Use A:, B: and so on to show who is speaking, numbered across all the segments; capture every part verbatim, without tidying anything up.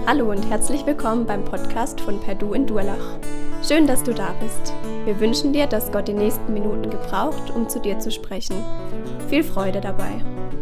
A: Hallo und herzlich willkommen beim Podcast von Perdu in Durlach. Schön, dass du da bist. Wir wünschen dir, dass Gott die nächsten Minuten gebraucht, um zu dir zu sprechen. Viel Freude dabei.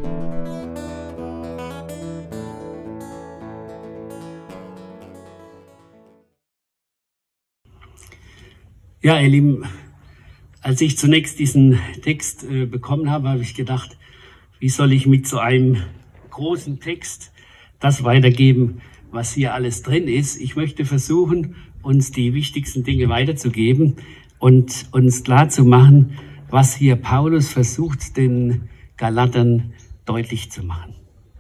B: Ja, ihr Lieben, als ich zunächst diesen Text äh, bekommen habe, habe ich gedacht, wie soll ich mit so einem großen Text das weitergeben, was hier alles drin ist. Ich möchte versuchen, uns die wichtigsten Dinge weiterzugeben und uns klar zu machen, was hier Paulus versucht, den Galatern deutlich zu machen.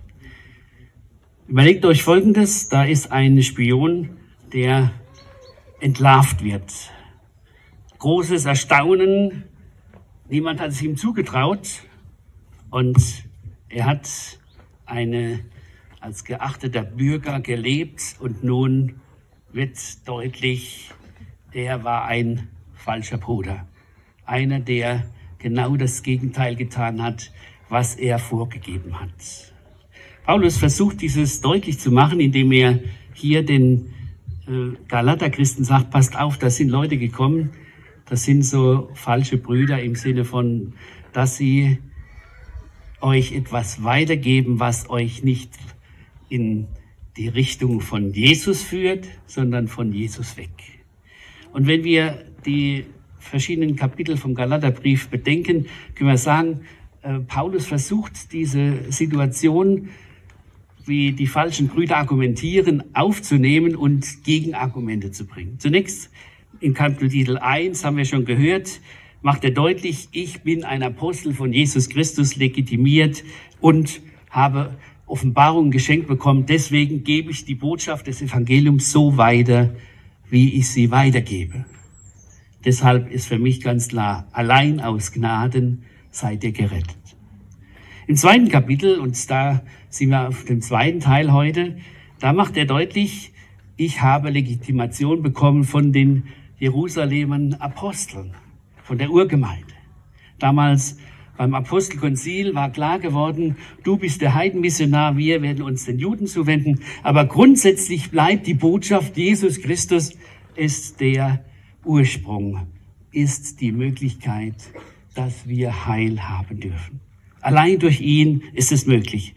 B: Überlegt euch Folgendes: Da ist ein Spion, der entlarvt wird. Großes Erstaunen, niemand hat es ihm zugetraut und er hat eine als geachteter Bürger gelebt und nun wird deutlich, der war ein falscher Bruder. Einer, der genau das Gegenteil getan hat, was er vorgegeben hat. Paulus versucht dieses deutlich zu machen, indem er hier den äh, Galater-Christen sagt, passt auf, da sind Leute gekommen, das sind so falsche Brüder im Sinne von, dass sie euch etwas weitergeben, was euch nicht in die Richtung von Jesus führt, sondern von Jesus weg. Und wenn wir die verschiedenen Kapitel vom Galaterbrief bedenken, können wir sagen, äh, Paulus versucht diese Situation, wie die falschen Brüder argumentieren, aufzunehmen und Gegenargumente zu bringen. Zunächst in Kapitel eins haben wir schon gehört, macht er deutlich, ich bin ein Apostel von Jesus Christus, legitimiert und habe Offenbarung geschenkt bekommen. Deswegen gebe ich die Botschaft des Evangeliums so weiter, wie ich sie weitergebe. Deshalb ist für mich ganz klar, allein aus Gnaden seid ihr gerettet. Im zweiten Kapitel, und da sind wir auf dem zweiten Teil heute, da macht er deutlich, ich habe Legitimation bekommen von den Jerusalemer Aposteln, von der Urgemeinde. Damals beim Apostelkonzil war klar geworden, du bist der Heidenmissionar, wir werden uns den Juden zuwenden. Aber grundsätzlich bleibt die Botschaft, Jesus Christus ist der Ursprung, ist die Möglichkeit, dass wir Heil haben dürfen. Allein durch ihn ist es möglich.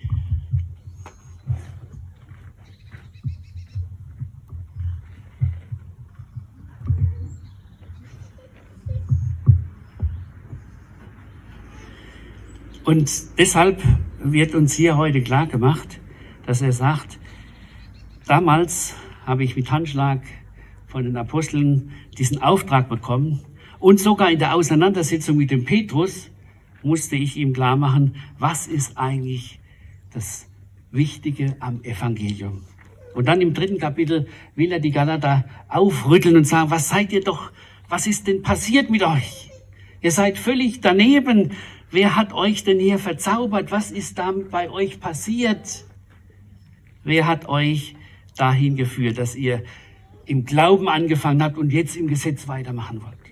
B: Und deshalb wird uns hier heute klar gemacht, dass er sagt, damals habe ich mit Handschlag von den Aposteln diesen Auftrag bekommen und sogar in der Auseinandersetzung mit dem Petrus musste ich ihm klar machen, was ist eigentlich das Wichtige am Evangelium. Und dann im dritten Kapitel will er die Galater aufrütteln und sagen, was seid ihr doch, was ist denn passiert mit euch? Ihr seid völlig daneben. Wer hat euch denn hier verzaubert? Was ist damit bei euch passiert? Wer hat euch dahin geführt, dass ihr im Glauben angefangen habt und jetzt im Gesetz weitermachen wollt?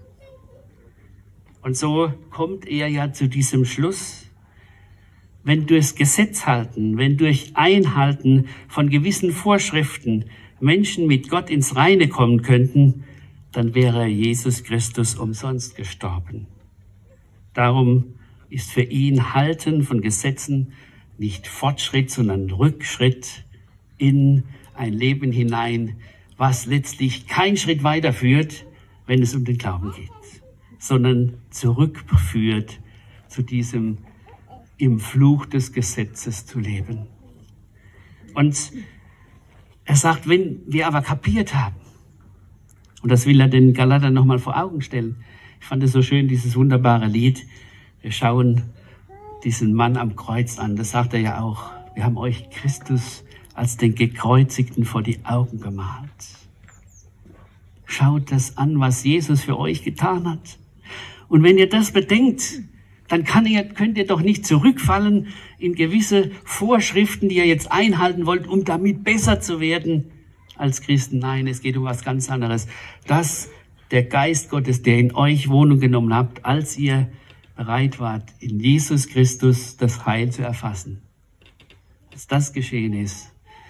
B: Und so kommt er ja zu diesem Schluss, wenn durchs Gesetz halten, wenn durch Einhalten von gewissen Vorschriften Menschen mit Gott ins Reine kommen könnten, dann wäre Jesus Christus umsonst gestorben. Darum ist für ihn Halten von Gesetzen nicht Fortschritt, sondern Rückschritt in ein Leben hinein, was letztlich keinen Schritt weiterführt, wenn es um den Glauben geht, sondern zurückführt zu diesem im Fluch des Gesetzes zu leben. Und er sagt, wenn wir aber kapiert haben, und das will er den Galatern nochmal vor Augen stellen. Ich fand es so schön, dieses wunderbare Lied. Wir schauen diesen Mann am Kreuz an. Das sagt er ja auch. Wir haben euch Christus als den Gekreuzigten vor die Augen gemalt. Schaut das an, was Jesus für euch getan hat. Und wenn ihr das bedenkt, dann kann ihr, könnt ihr doch nicht zurückfallen in gewisse Vorschriften, die ihr jetzt einhalten wollt, um damit besser zu werden als Christen. Nein, es geht um was ganz anderes. Dass der Geist Gottes, der in euch Wohnung genommen habt, als ihr bereit wart, in Jesus Christus das Heil zu erfassen. Als das geschehen ist,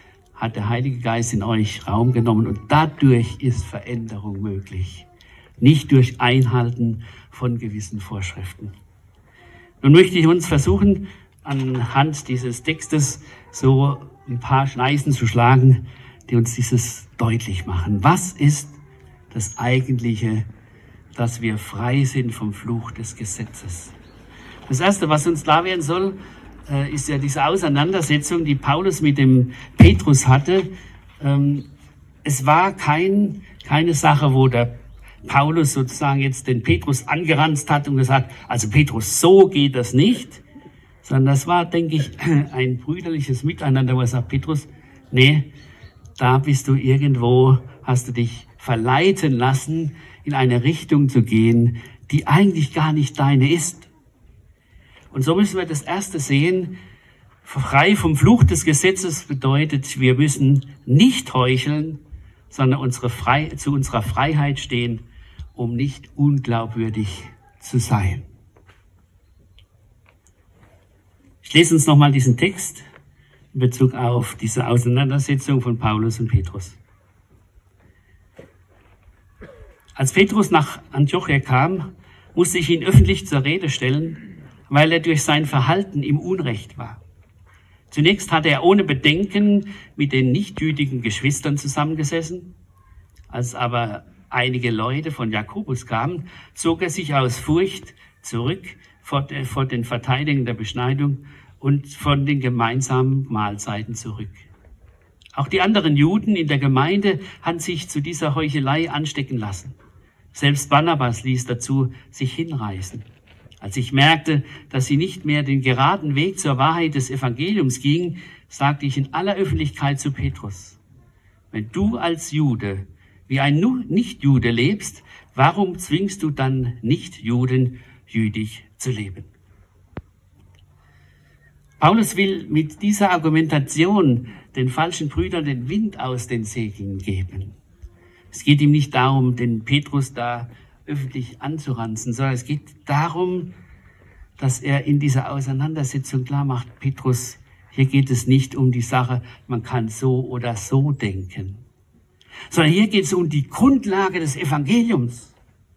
B: hat der Heilige Geist in euch Raum genommen und dadurch ist Veränderung möglich. Nicht durch Einhalten von gewissen Vorschriften. Nun möchte ich uns versuchen, anhand dieses Textes so ein paar Schneisen zu schlagen, die uns dieses deutlich machen. Was ist das Eigentliche, dass wir frei sind vom Fluch des Gesetzes? Das Erste, was uns klar werden soll, ist ja diese Auseinandersetzung, die Paulus mit dem Petrus hatte. Es war kein, keine Sache, wo der Paulus sozusagen jetzt den Petrus angeranzt hat und gesagt, also Petrus, so geht das nicht, sondern das war, denke ich, ein brüderliches Miteinander, wo er sagt, Petrus, nee, da bist du irgendwo, hast du dich verleiten lassen, in eine Richtung zu gehen, die eigentlich gar nicht deine ist. Und so müssen wir das Erste sehen, frei vom Fluch des Gesetzes bedeutet, wir müssen nicht heucheln, sondern unsere Frei- zu unserer Freiheit stehen, um nicht unglaubwürdig zu sein. Ich lese uns nochmal diesen Text in Bezug auf diese Auseinandersetzung von Paulus und Petrus. Als Petrus nach Antiochia kam, musste ich ihn öffentlich zur Rede stellen, weil er durch sein Verhalten im Unrecht war. Zunächst hatte er ohne Bedenken mit den nichtjüdigen Geschwistern zusammengesessen. Als aber einige Leute von Jakobus kamen, zog er sich aus Furcht zurück vor, vor den Verteidigern der Beschneidung und von den gemeinsamen Mahlzeiten zurück. Auch die anderen Juden in der Gemeinde hatten sich zu dieser Heuchelei anstecken lassen. Selbst Barnabas ließ dazu sich hinreißen. Als ich merkte, dass sie nicht mehr den geraden Weg zur Wahrheit des Evangeliums gingen, sagte ich in aller Öffentlichkeit zu Petrus, wenn du als Jude wie ein Nichtjude lebst, warum zwingst du dann Nichtjuden, jüdisch zu leben? Paulus will mit dieser Argumentation den falschen Brüdern den Wind aus den Segeln geben. Es geht ihm nicht darum, den Petrus da öffentlich anzuranzen, sondern es geht darum, dass er in dieser Auseinandersetzung klar macht, Petrus, hier geht es nicht um die Sache, man kann so oder so denken, sondern hier geht es um die Grundlage des Evangeliums.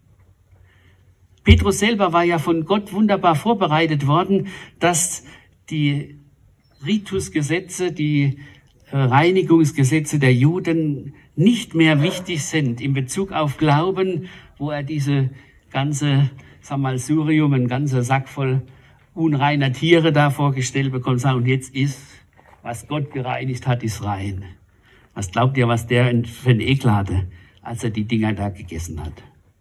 B: Petrus selber war ja von Gott wunderbar vorbereitet worden, dass die Ritusgesetze, die Reinigungsgesetze der Juden nicht mehr wichtig sind in Bezug auf Glauben, wo er diese ganze, sag mal, Surium, ein ganzer Sack voll unreiner Tiere da vorgestellt bekommt, sagt, und jetzt ist, was Gott gereinigt hat, ist rein. Was glaubt ihr, was der für einen Ekel hatte, als er die Dinger da gegessen hat?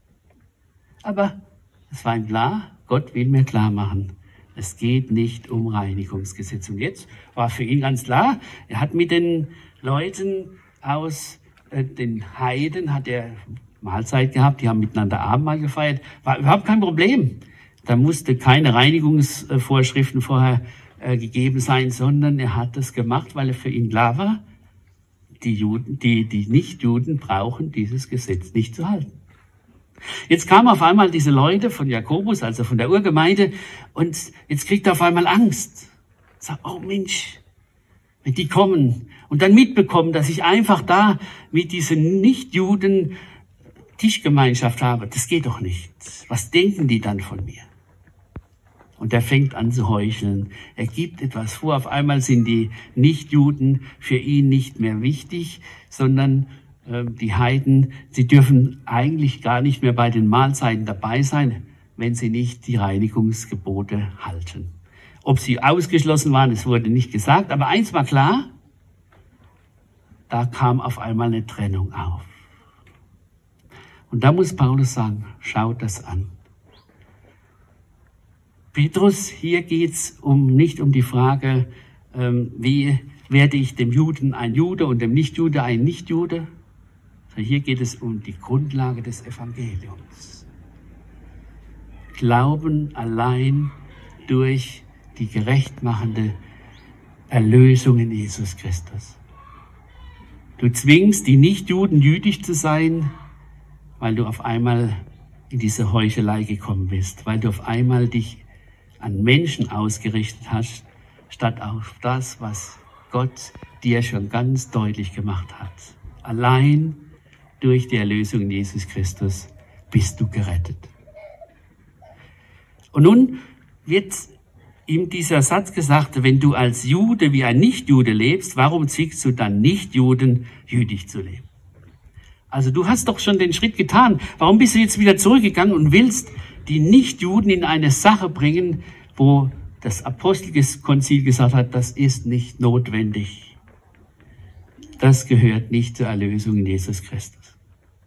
B: Aber es war ihm klar, Gott will mir klar machen, es geht nicht um Reinigungsgesetz. Und jetzt war für ihn ganz klar, er hat mit den Leuten aus äh, den Heiden, hat er Mahlzeit gehabt, die haben miteinander Abendmahl gefeiert, war überhaupt kein Problem. Da musste keine Reinigungsvorschriften vorher äh, gegeben sein, sondern er hat das gemacht, weil er für ihn klar war, die Juden, die, die Nichtjuden brauchen dieses Gesetz nicht zu halten. Jetzt kamen auf einmal diese Leute von Jakobus, also von der Urgemeinde, und jetzt kriegt er auf einmal Angst. Sagt, oh Mensch, wenn die kommen und dann mitbekommen, dass ich einfach da mit diesen Nichtjuden Tischgemeinschaft habe, das geht doch nicht. Was denken die dann von mir? Und er fängt an zu heucheln. Er gibt etwas vor. Auf einmal sind die Nichtjuden für ihn nicht mehr wichtig, sondern äh, die Heiden, sie dürfen eigentlich gar nicht mehr bei den Mahlzeiten dabei sein, wenn sie nicht die Reinigungsgebote halten. Ob sie ausgeschlossen waren, es wurde nicht gesagt. Aber eins war klar, da kam auf einmal eine Trennung auf. Und da muss Paulus sagen, schaut das an. Petrus, hier geht's um, nicht um die Frage, ähm, wie werde ich dem Juden ein Jude und dem Nichtjude ein Nichtjude, sondern hier geht es um die Grundlage des Evangeliums. Glauben allein durch die gerechtmachende Erlösung in Jesus Christus. Du zwingst die Nichtjuden, jüdisch zu sein, weil du auf einmal in diese Heuchelei gekommen bist, weil du auf einmal dich an Menschen ausgerichtet hast, statt auf das, was Gott dir schon ganz deutlich gemacht hat. Allein durch die Erlösung in Jesus Christus bist du gerettet. Und nun wird ihm dieser Satz gesagt, wenn du als Jude wie ein Nichtjude lebst, warum zwingst du dann Nichtjuden, jüdisch zu leben? Also du hast doch schon den Schritt getan. Warum bist du jetzt wieder zurückgegangen und willst die Nichtjuden in eine Sache bringen, wo das Apostelkonzil gesagt hat, das ist nicht notwendig. Das gehört nicht zur Erlösung in Jesus Christus.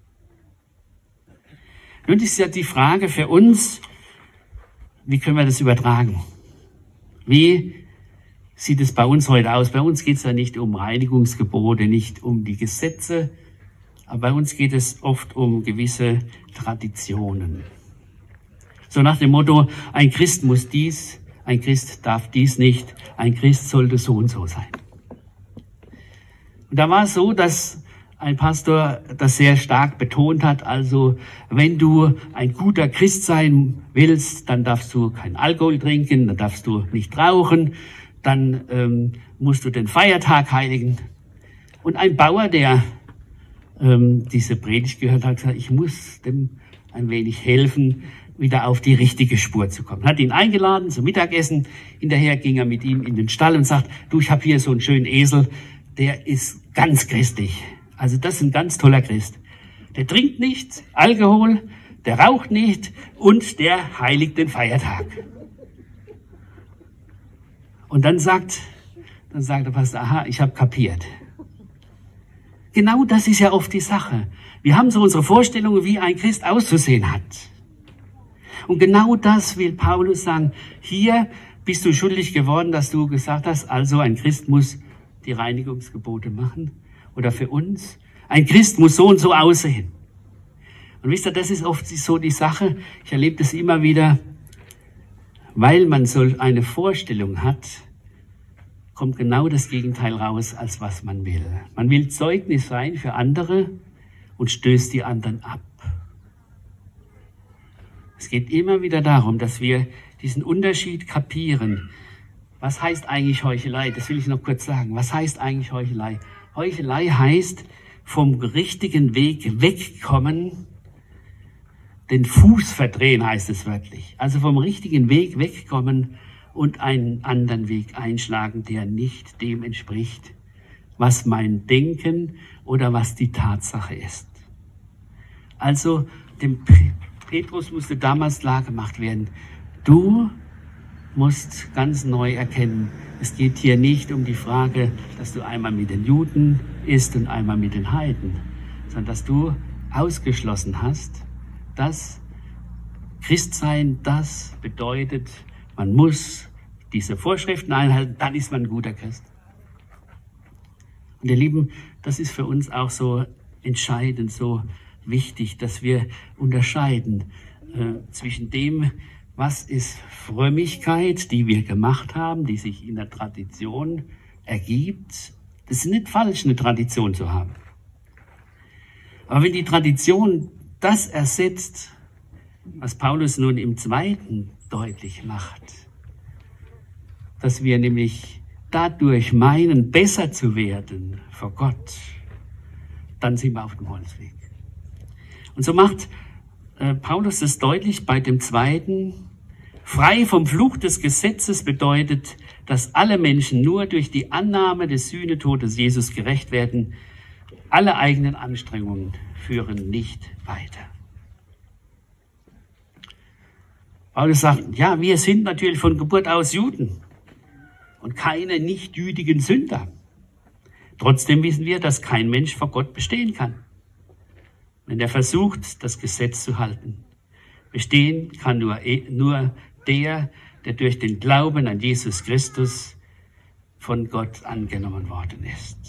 B: Nun ist ja die Frage für uns, wie können wir das übertragen? Wie sieht es bei uns heute aus? Bei uns geht es ja nicht um Reinigungsgebote, nicht um die Gesetze, aber bei uns geht es oft um gewisse Traditionen. So nach dem Motto, ein Christ muss dies, ein Christ darf dies nicht, ein Christ sollte so und so sein. Und da war es so, dass ein Pastor das sehr stark betont hat, also wenn du ein guter Christ sein willst, dann darfst du keinen Alkohol trinken, dann darfst du nicht rauchen, dann ähm, musst du den Feiertag heiligen. Und ein Bauer, der ähm, diese Predigt gehört hat, hat gesagt, ich muss dem ein wenig helfen, wieder auf die richtige Spur zu kommen. Hat ihn eingeladen zum Mittagessen, hinterher ging er mit ihm in den Stall und sagt, du, ich habe hier so einen schönen Esel, der ist ganz christlich. Also das ist ein ganz toller Christ. Der trinkt nicht Alkohol, der raucht nicht und der heiligt den Feiertag. Und dann sagt, dann sagt der Pastor, aha, ich habe kapiert. Genau das ist ja oft die Sache. Wir haben so unsere Vorstellungen, wie ein Christ auszusehen hat. Und genau das will Paulus sagen. Hier bist du schuldig geworden, dass du gesagt hast, also ein Christ muss die Reinigungsgebote machen. Oder für uns, ein Christ muss so und so aussehen. Und wisst ihr, das ist oft so die Sache. Ich erlebe das immer wieder, weil man so eine Vorstellung hat, kommt genau das Gegenteil raus, als was man will. Man will Zeugnis sein für andere und stößt die anderen ab. Es geht immer wieder darum, dass wir diesen Unterschied kapieren. Was heißt eigentlich Heuchelei? Das will ich noch kurz sagen. Was heißt eigentlich Heuchelei? Heuchelei heißt, vom richtigen Weg wegkommen, den Fuß verdrehen heißt es wörtlich. Also vom richtigen Weg wegkommen und einen anderen Weg einschlagen, der nicht dem entspricht, was mein Denken oder was die Tatsache ist. Also dem Petrus musste damals klar gemacht werden, du musst ganz neu erkennen, es geht hier nicht um die Frage, dass du einmal mit den Juden isst und einmal mit den Heiden, sondern dass du ausgeschlossen hast, dass Christsein das bedeutet, man muss diese Vorschriften einhalten, dann ist man ein guter Christ. Und ihr Lieben, das ist für uns auch so entscheidend, so wichtig, dass wir unterscheiden äh, zwischen dem, was ist Frömmigkeit, die wir gemacht haben, die sich in der Tradition ergibt. Das ist nicht falsch, eine Tradition zu haben. Aber wenn die Tradition das ersetzt, was Paulus nun im Zweiten deutlich macht, dass wir nämlich dadurch meinen, besser zu werden vor Gott, dann sind wir auf dem Holzweg. Und so macht äh, Paulus das deutlich bei dem Zweiten. Frei vom Fluch des Gesetzes bedeutet, dass alle Menschen nur durch die Annahme des Sühnetodes Jesus gerecht werden. Alle eigenen Anstrengungen führen nicht weiter. Paulus sagt, ja, wir sind natürlich von Geburt aus Juden und keine nicht-jüdigen Sünder. Trotzdem wissen wir, dass kein Mensch vor Gott bestehen kann, wenn er versucht, das Gesetz zu halten. Bestehen kann nur, nur der, der durch den Glauben an Jesus Christus von Gott angenommen worden ist.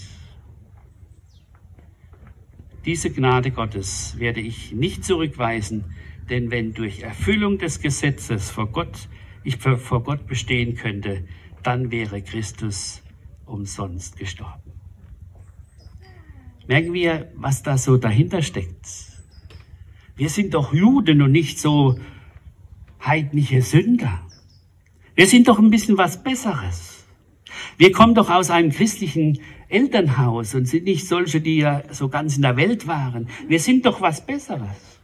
B: Diese Gnade Gottes werde ich nicht zurückweisen, denn wenn durch Erfüllung des Gesetzes vor Gott, ich vor Gott bestehen könnte, dann wäre Christus umsonst gestorben. Merken wir, was da so dahinter steckt. Wir sind doch Juden und nicht so heidnische Sünder. Wir sind doch ein bisschen was Besseres. Wir kommen doch aus einem christlichen Elternhaus und sind nicht solche, die ja so ganz in der Welt waren. Wir sind doch was Besseres.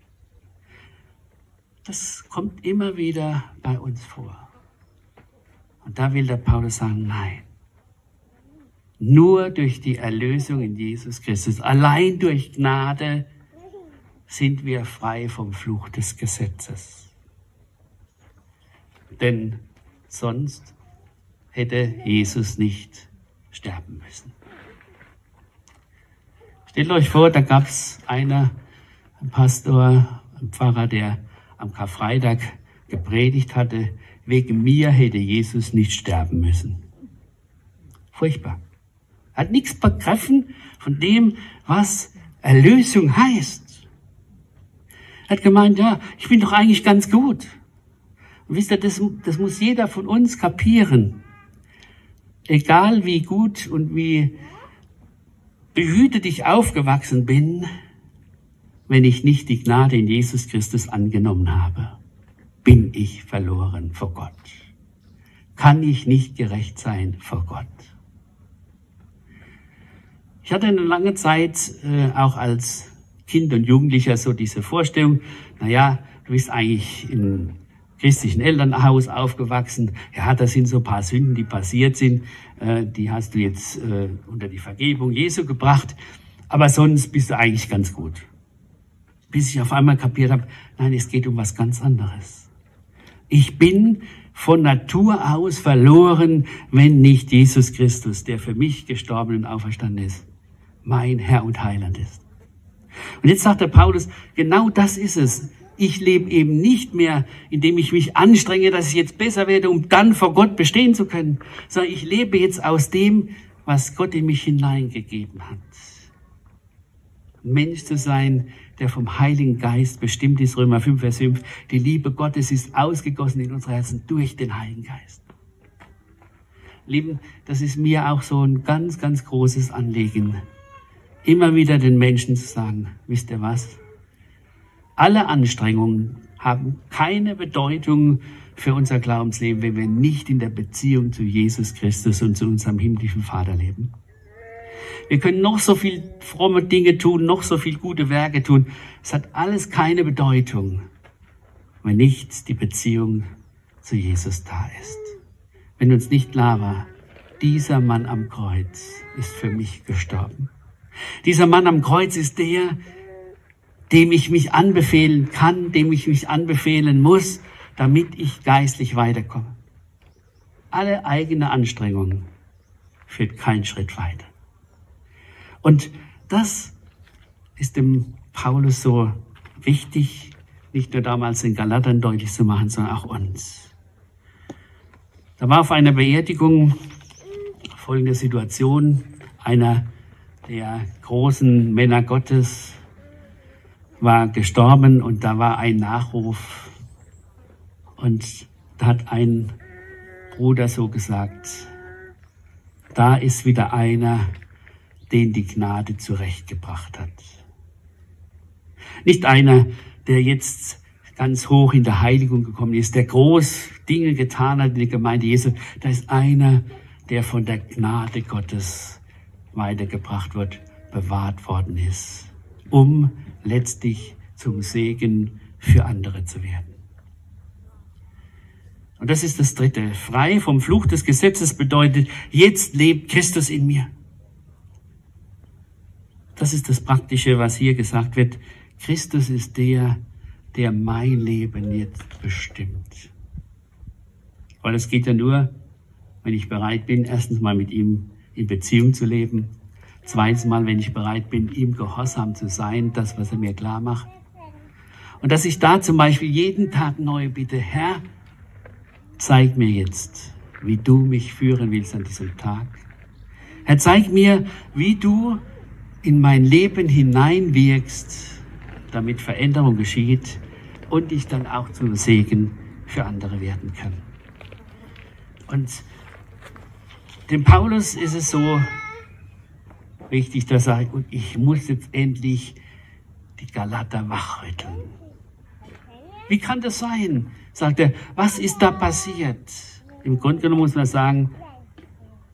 B: Das kommt immer wieder bei uns vor. Und da will der Paulus sagen, nein. Nur durch die Erlösung in Jesus Christus, allein durch Gnade sind wir frei vom Fluch des Gesetzes. Denn sonst hätte Jesus nicht sterben müssen. Stellt euch vor, da gab es einer, ein Pastor, ein Pfarrer, der am Karfreitag gepredigt hatte, wegen mir hätte Jesus nicht sterben müssen. Furchtbar. Hat nichts begriffen von dem, was Erlösung heißt. Hat gemeint, ja, ich bin doch eigentlich ganz gut. Und wisst ihr, das, das muss jeder von uns kapieren. Egal wie gut und wie behütet ich aufgewachsen bin, wenn ich nicht die Gnade in Jesus Christus angenommen habe, bin ich verloren vor Gott. Kann ich nicht gerecht sein vor Gott. Ich hatte eine lange Zeit, äh, auch als Kind und Jugendlicher, so diese Vorstellung, naja, du bist eigentlich in christlichen Elternhaus aufgewachsen. Ja, das sind so ein paar Sünden, die passiert sind. Äh, die hast du jetzt äh, unter die Vergebung Jesu gebracht. Aber sonst bist du eigentlich ganz gut. Bis ich auf einmal kapiert habe, nein, es geht um was ganz anderes. Ich bin von Natur aus verloren, wenn nicht Jesus Christus, der für mich gestorben und auferstanden ist, mein Herr und Heiland ist. Und jetzt sagt der Paulus, genau das ist es. Ich lebe eben nicht mehr, indem ich mich anstrenge, dass ich jetzt besser werde, um dann vor Gott bestehen zu können, sondern ich lebe jetzt aus dem, was Gott in mich hineingegeben hat. Ein Mensch zu sein, der vom Heiligen Geist bestimmt ist, Römer fünf, Vers fünf. Die Liebe Gottes ist ausgegossen in unsere Herzen durch den Heiligen Geist. Lieben, das ist mir auch so ein ganz, ganz großes Anliegen, immer wieder den Menschen zu sagen, wisst ihr was? Alle Anstrengungen haben keine Bedeutung für unser Glaubensleben, wenn wir nicht in der Beziehung zu Jesus Christus und zu unserem himmlischen Vater leben. Wir können noch so viel fromme Dinge tun, noch so viel gute Werke tun. Es hat alles keine Bedeutung, wenn nicht die Beziehung zu Jesus da ist. Wenn uns nicht klar war, dieser Mann am Kreuz ist für mich gestorben. Dieser Mann am Kreuz ist der, dem ich mich anbefehlen kann, dem ich mich anbefehlen muss, damit ich geistlich weiterkomme. Alle eigene Anstrengungen führt keinen Schritt weiter. Und das ist dem Paulus so wichtig, nicht nur damals den Galatern deutlich zu machen, sondern auch uns. Da war auf einer Beerdigung folgende Situation. Einer der großen Männer Gottes war gestorben und da war ein Nachruf. Und da hat ein Bruder so gesagt, da ist wieder einer, den die Gnade zurechtgebracht hat. Nicht einer, der jetzt ganz hoch in der Heiligung gekommen ist, der groß Dinge getan hat in der Gemeinde Jesu. Da ist einer, der von der Gnade Gottes weitergebracht wird, bewahrt worden ist, um letztlich zum Segen für andere zu werden. Und das ist das Dritte. Frei vom Fluch des Gesetzes bedeutet, jetzt lebt Christus in mir. Das ist das Praktische, was hier gesagt wird. Christus ist der, der mein Leben jetzt bestimmt. Weil es geht ja nur, wenn ich bereit bin, erstens mal mit ihm in Beziehung zu leben. Zweitens mal, wenn ich bereit bin, ihm gehorsam zu sein, das, was er mir klar macht. Und dass ich da zum Beispiel jeden Tag neu bitte, Herr, zeig mir jetzt, wie du mich führen willst an diesem Tag. Herr, zeig mir, wie du in mein Leben hineinwirkst, damit Veränderung geschieht und ich dann auch zum Segen für andere werden kann. Und dem Paulus ist es so wichtig, dass er sagt, und ich muss jetzt endlich die Galater wachrütteln. Wie kann das sein? Sagt er, was ist da passiert? Im Grunde genommen muss man sagen,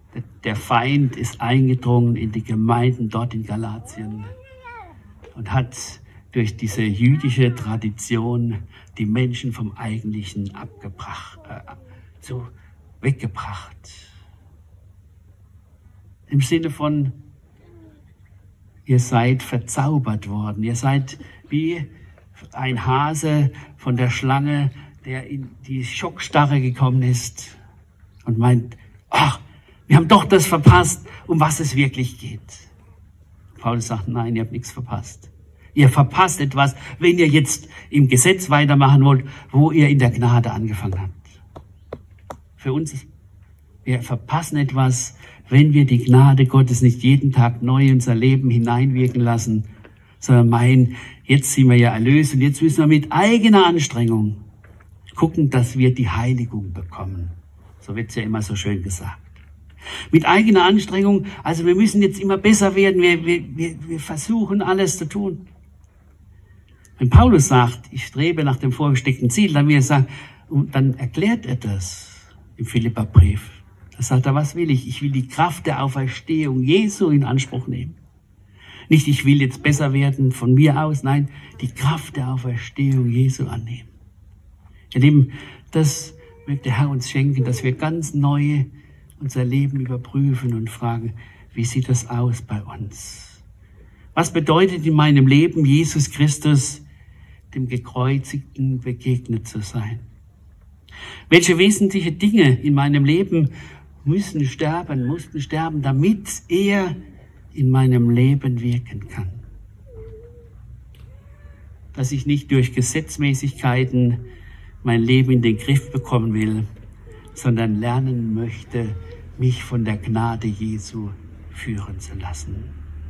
B: der Feind ist eingedrungen in die Gemeinden dort in Galatien und hat durch diese jüdische Tradition die Menschen vom Eigentlichen abgebracht, äh, so weggebracht. Im Sinne von, ihr seid verzaubert worden, ihr seid wie ein Hase von der Schlange, der in die Schockstarre gekommen ist und meint, ach, wir haben doch das verpasst, um was es wirklich geht. Paulus sagt, nein, ihr habt nichts verpasst. Ihr verpasst etwas, wenn ihr jetzt im Gesetz weitermachen wollt, wo ihr in der Gnade angefangen habt. Für uns, wir verpassen etwas, wenn wir die Gnade Gottes nicht jeden Tag neu in unser Leben hineinwirken lassen, sondern meinen, jetzt sind wir ja erlöst und jetzt müssen wir mit eigener Anstrengung gucken, dass wir die Heiligung bekommen. So wird es ja immer so schön gesagt. Mit eigener Anstrengung, also wir müssen jetzt immer besser werden, wir, wir, wir, wir versuchen alles zu tun. Wenn Paulus sagt, ich strebe nach dem vorgesteckten Ziel, dann will er sagen, und dann erklärt er das im Philipperbrief. Da sagt er, was will ich? Ich will die Kraft der Auferstehung Jesu in Anspruch nehmen. Nicht, ich will jetzt besser werden von mir aus, nein, die Kraft der Auferstehung Jesu annehmen. Ihr Lieben, das wird der Herr uns schenken, dass wir ganz neu unser Leben überprüfen und fragen, wie sieht das aus bei uns? Was bedeutet in meinem Leben, Jesus Christus, dem Gekreuzigten begegnet zu sein? Welche wesentliche Dinge in meinem Leben müssen sterben, mussten sterben, damit er in meinem Leben wirken kann? Dass ich nicht durch Gesetzmäßigkeiten mein Leben in den Griff bekommen will, sondern lernen möchte, mich von der Gnade Jesu führen zu lassen.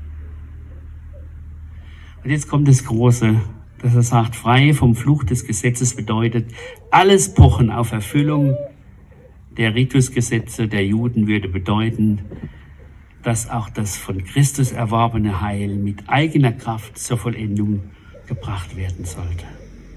B: Und jetzt kommt das Große, dass er sagt, frei vom Fluch des Gesetzes bedeutet, alles Pochen auf Erfüllung der Ritusgesetze der Juden würde bedeuten, dass auch das von Christus erworbene Heil mit eigener Kraft zur Vollendung gebracht werden sollte.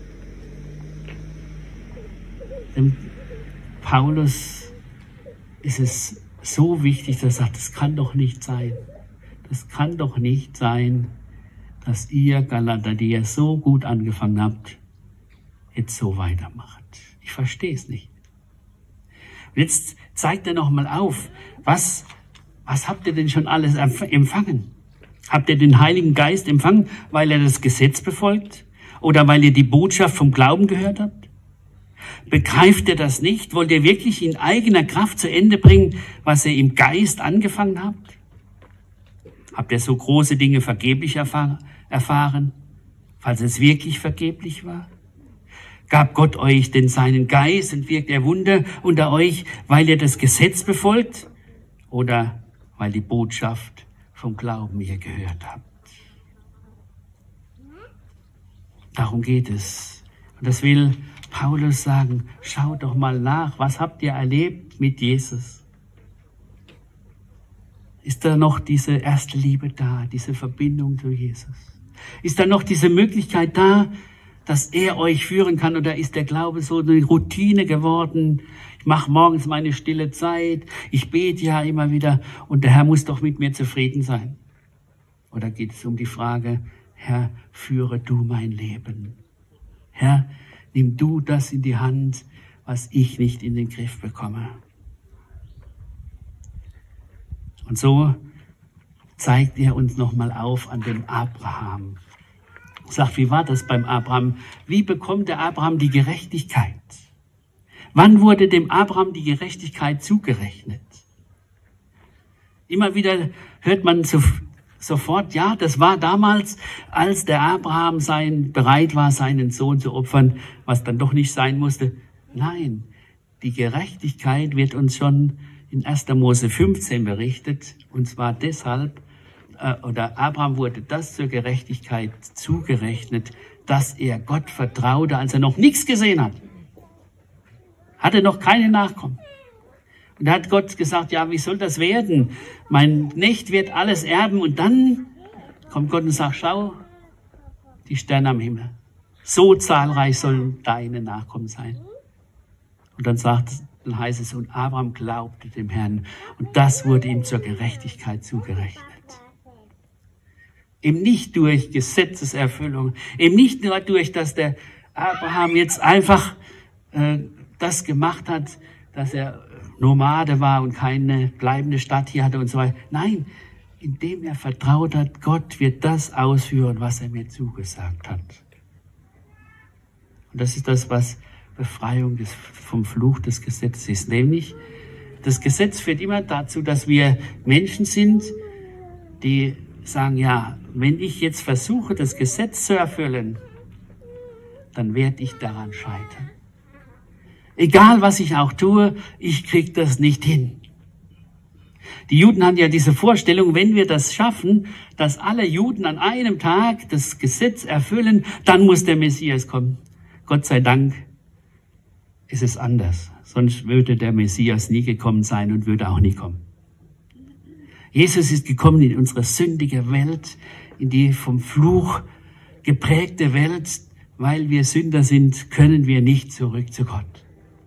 B: Dem Paulus ist es so wichtig, dass er sagt, das kann doch nicht sein. Das kann doch nicht sein, dass ihr Galater, die ihr so gut angefangen habt, jetzt so weitermacht. Ich verstehe es nicht. Und jetzt zeigt er nochmal auf, was, was habt ihr denn schon alles empfangen? Habt ihr den Heiligen Geist empfangen, weil ihr das Gesetz befolgt? Oder weil ihr die Botschaft vom Glauben gehört habt? Begreift ihr das nicht? Wollt ihr wirklich in eigener Kraft zu Ende bringen, was ihr im Geist angefangen habt? Habt ihr so große Dinge vergeblich erfahren, falls es wirklich vergeblich war? Gab Gott euch denn seinen Geist und wirkt er Wunder unter euch, weil ihr das Gesetz befolgt oder weil die Botschaft vom Glauben ihr gehört habt? Darum geht es. Und das will Paulus sagen, schaut doch mal nach, was habt ihr erlebt mit Jesus? Ist da noch diese erste Liebe da, diese Verbindung zu Jesus? Ist da noch diese Möglichkeit da, dass er euch führen kann, oder ist der Glaube so eine Routine geworden? Ich mache morgens meine stille Zeit, ich bete ja immer wieder und der Herr muss doch mit mir zufrieden sein. Oder geht es um die Frage, Herr, führe du mein Leben. Herr, nimm du das in die Hand, was ich nicht in den Griff bekomme. Und so zeigt er uns nochmal auf an dem Abraham. Sagt, wie war das beim Abraham? Wie bekommt der Abraham die Gerechtigkeit? Wann wurde dem Abraham die Gerechtigkeit zugerechnet? Immer wieder hört man so, sofort, ja, das war damals, als der Abraham sein, bereit war, seinen Sohn zu opfern, was dann doch nicht sein musste. Nein, die Gerechtigkeit wird uns schon in erster Mose fünfzehn berichtet, und zwar deshalb, oder Abraham wurde das zur Gerechtigkeit zugerechnet, dass er Gott vertraute, als er noch nichts gesehen hat. Hatte noch keine Nachkommen. Und da hat Gott gesagt, ja, wie soll das werden? Mein Knecht wird alles erben. Und dann kommt Gott und sagt, schau, die Sterne am Himmel. So zahlreich sollen deine Nachkommen sein. Und dann sagt, dann heißt es, und Abraham glaubte dem Herrn und das wurde ihm zur Gerechtigkeit zugerechnet. Eben nicht durch Gesetzeserfüllung, eben nicht nur durch, dass der Abraham jetzt einfach äh, das gemacht hat, dass er Nomade war und keine bleibende Stadt hier hatte und so weiter. Nein, indem er vertraut hat, Gott wird das ausführen, was er mir zugesagt hat. Und das ist das, was Befreiung des, vom Fluch des Gesetzes ist. Nämlich, das Gesetz führt immer dazu, dass wir Menschen sind, die sagen, ja, wenn ich jetzt versuche, das Gesetz zu erfüllen, dann werde ich daran scheitern. Egal, was ich auch tue, ich kriege das nicht hin. Die Juden hatten ja diese Vorstellung, wenn wir das schaffen, dass alle Juden an einem Tag das Gesetz erfüllen, dann muss der Messias kommen. Gott sei Dank ist es anders. Sonst würde der Messias nie gekommen sein und würde auch nie kommen. Jesus ist gekommen in unsere sündige Welt, in die vom Fluch geprägte Welt. Weil wir Sünder sind, können wir nicht zurück zu Gott.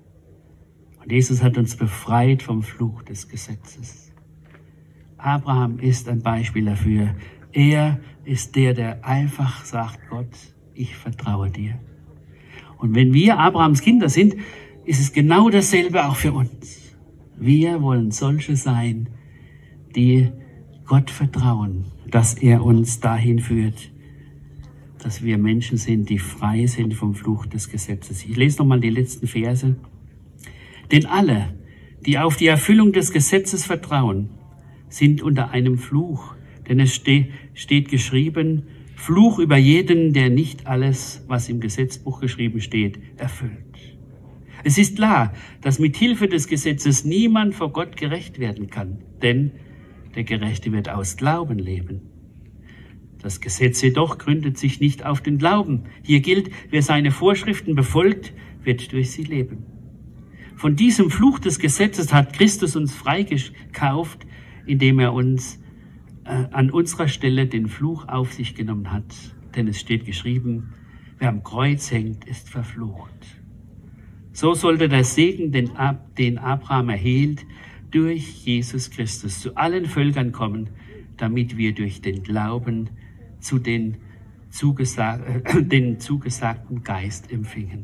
B: Und Jesus hat uns befreit vom Fluch des Gesetzes. Abraham ist ein Beispiel dafür. Er ist der, der einfach sagt, Gott, ich vertraue dir. Und wenn wir Abrahams Kinder sind, ist es genau dasselbe auch für uns. Wir wollen solche sein, die Gott vertrauen, dass er uns dahin führt, dass wir Menschen sind, die frei sind vom Fluch des Gesetzes. Ich lese nochmal die letzten Verse. Denn alle, die auf die Erfüllung des Gesetzes vertrauen, sind unter einem Fluch. Denn es ste- steht geschrieben, Fluch über jeden, der nicht alles, was im Gesetzbuch geschrieben steht, erfüllt. Es ist klar, dass mit Hilfe des Gesetzes niemand vor Gott gerecht werden kann, denn der Gerechte wird aus Glauben leben. Das Gesetz jedoch gründet sich nicht auf den Glauben. Hier gilt, wer seine Vorschriften befolgt, wird durch sie leben. Von diesem Fluch des Gesetzes hat Christus uns freigekauft, indem er uns äh, an unserer Stelle den Fluch auf sich genommen hat. Denn es steht geschrieben, wer am Kreuz hängt, ist verflucht. So sollte der Segen, den, Ab- den Abraham erhielt, durch Jesus Christus zu allen Völkern kommen, damit wir durch den Glauben zu den, zugesag- äh, den zugesagten Geist empfingen.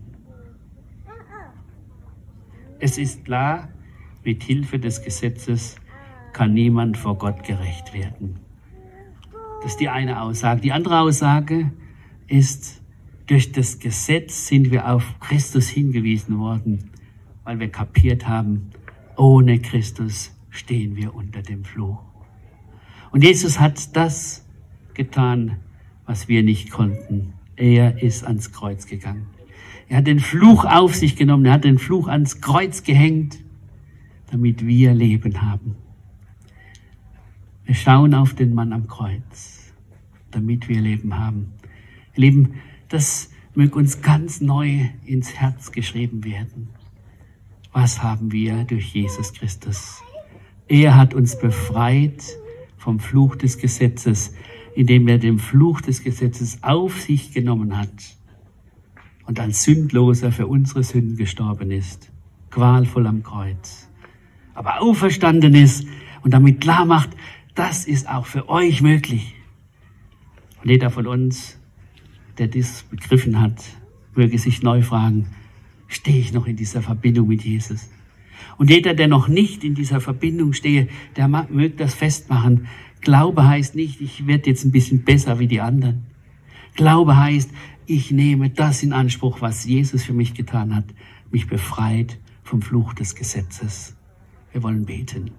B: Es ist klar, mit Hilfe des Gesetzes kann niemand vor Gott gerecht werden. Das ist die eine Aussage. Die andere Aussage ist, durch das Gesetz sind wir auf Christus hingewiesen worden, weil wir kapiert haben, ohne Christus stehen wir unter dem Fluch. Und Jesus hat das getan, was wir nicht konnten. Er ist ans Kreuz gegangen. Er hat den Fluch auf sich genommen, er hat den Fluch ans Kreuz gehängt, damit wir Leben haben. Wir schauen auf den Mann am Kreuz, damit wir Leben haben. Leben, das möge uns ganz neu ins Herz geschrieben werden. Was haben wir durch Jesus Christus? Er hat uns befreit vom Fluch des Gesetzes, indem er den Fluch des Gesetzes auf sich genommen hat und als Sündloser für unsere Sünden gestorben ist, qualvoll am Kreuz, aber auferstanden ist und damit klar macht, das ist auch für euch möglich. Und jeder von uns, der dies begriffen hat, möge sich neu fragen, stehe ich noch in dieser Verbindung mit Jesus? Und jeder, der noch nicht in dieser Verbindung stehe, der möge das festmachen. Glaube heißt nicht, ich werde jetzt ein bisschen besser wie die anderen. Glaube heißt, ich nehme das in Anspruch, was Jesus für mich getan hat, mich befreit vom Fluch des Gesetzes. Wir wollen beten.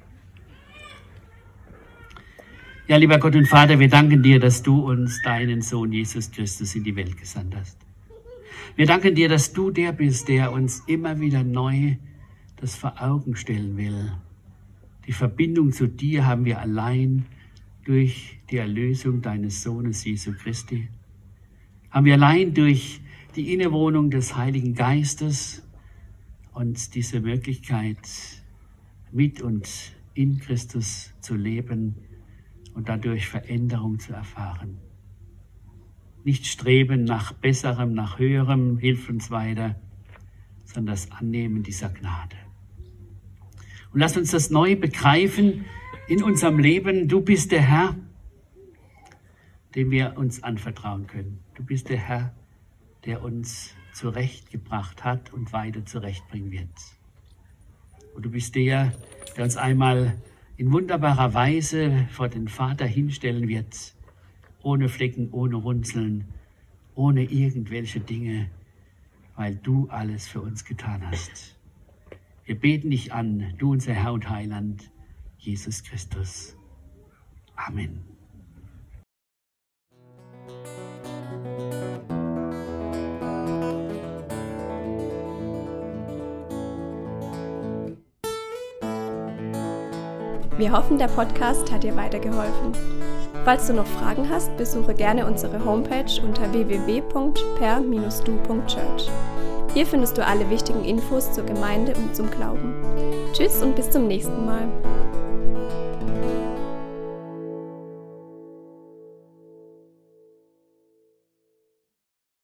B: Ja, lieber Gott und Vater, wir danken dir, dass du uns deinen Sohn Jesus Christus in die Welt gesandt hast. Wir danken dir, dass du der bist, der uns immer wieder neu das vor Augen stellen will. Die Verbindung zu dir haben wir allein durch die Erlösung deines Sohnes Jesu Christi. Haben wir allein durch die Innewohnung des Heiligen Geistes und diese Möglichkeit, mit und in Christus zu leben und dadurch Veränderung zu erfahren. Nicht streben nach Besserem, nach Höherem, hilft uns weiter, sondern das Annehmen dieser Gnade. Und lass uns das neu begreifen in unserem Leben. Du bist der Herr, dem wir uns anvertrauen können. Du bist der Herr, der uns zurechtgebracht hat und weiter zurechtbringen wird. Und du bist der, der uns einmal in wunderbarer Weise vor den Vater hinstellen wird, ohne Flecken, ohne Runzeln, ohne irgendwelche Dinge, weil du alles für uns getan hast. Wir beten dich an, du unser Herr und Heiland, Jesus Christus. Amen.
A: Wir hoffen, der Podcast hat dir weitergeholfen. Falls du noch Fragen hast, besuche gerne unsere Homepage unter w w w punkt per Bindestrich du punkt church. Hier findest du alle wichtigen Infos zur Gemeinde und zum Glauben. Tschüss und bis zum nächsten Mal.